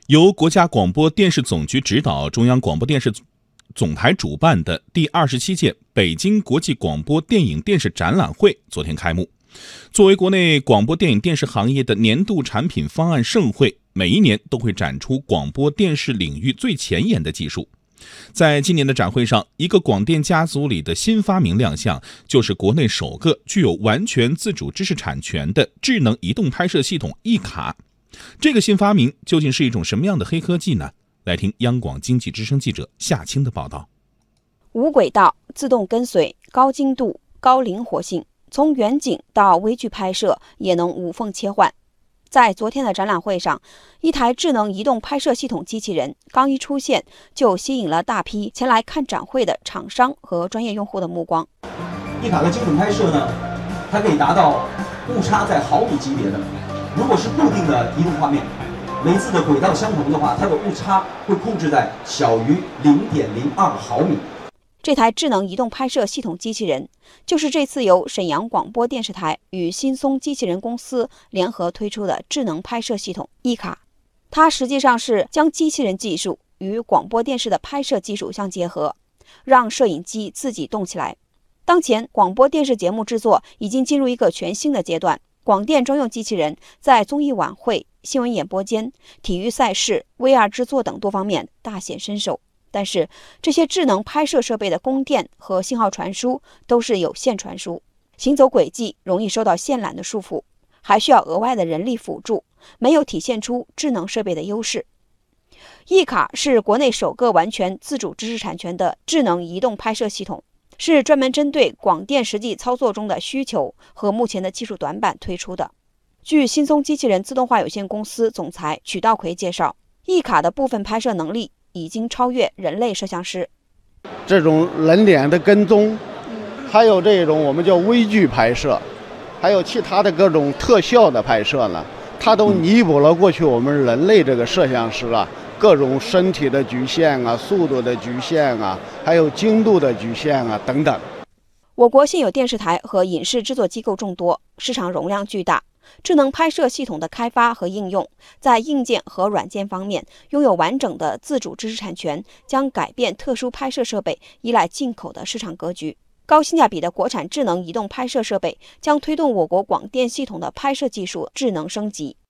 由国家广播电视总局指导、中央广播电视总台主办的第27届北京国际广播电影电视展览会昨天开幕。作为国内广播电影电视行业的年度产品方案盛会，每一年都会展出广播电视领域最前沿的技术。在今年的展会上，一个广电家族里的新发明亮相，就是国内首个具有完全自主知识产权的智能移动拍摄系统一卡。这个新发明究竟是一种什么样的黑科技呢？来听央广经济之声记者夏青的报道。 无轨道、自动跟随、高精度、高灵活性，从远景到微距拍摄也能无缝切换。在昨天的展览会上，一台智能移动拍摄系统机器人刚一出现，就吸引了大批前来看展会的厂商和专业用户的目光。 一卡的精准拍摄呢，它可以达到误差在毫米级别的。如果是固定的移动画面，每次的轨道相同的话，它的误差会控制在小于0.02毫米。 这台智能移动拍摄系统机器人，就是这次由沈阳广播电视台与新松机器人公司联合推出的智能拍摄系统一卡。它实际上是将机器人技术与广播电视的拍摄技术相结合，让摄影机自己动起来。当前广播电视节目制作已经进入一个全新的阶段，广电专用机器人在综艺晚会、新闻演播间、体育赛事、VR 制作等多方面大显身手。但是这些智能拍摄设备的供电和信号传输都是有线传输，行走轨迹容易受到线缆的束缚，还需要额外的人力辅助，没有体现出智能设备的优势。一卡是国内首个完全自主知识产权的智能移动拍摄系统，是专门针对广电实际操作中的需求和目前的技术短板推出的。据新松机器人自动化有限公司总裁曲道奎介绍，一卡的部分拍摄能力已经超越人类摄像师。 这种人脸的跟踪，还有这种我们叫微距拍摄，还有其他的各种特效的拍摄呢，它都弥补了过去我们人类这个摄像师各种身体的局限速度的局限还有精度的局限等等。 我国现有电视台和影视制作机构众多，市场容量巨大。智能拍摄系统的开发和应用，在硬件和软件方面拥有完整的自主知识产权，将改变特殊拍摄设备依赖进口的市场格局。高性价比的国产智能移动拍摄设备将推动我国广电系统的拍摄技术智能升级。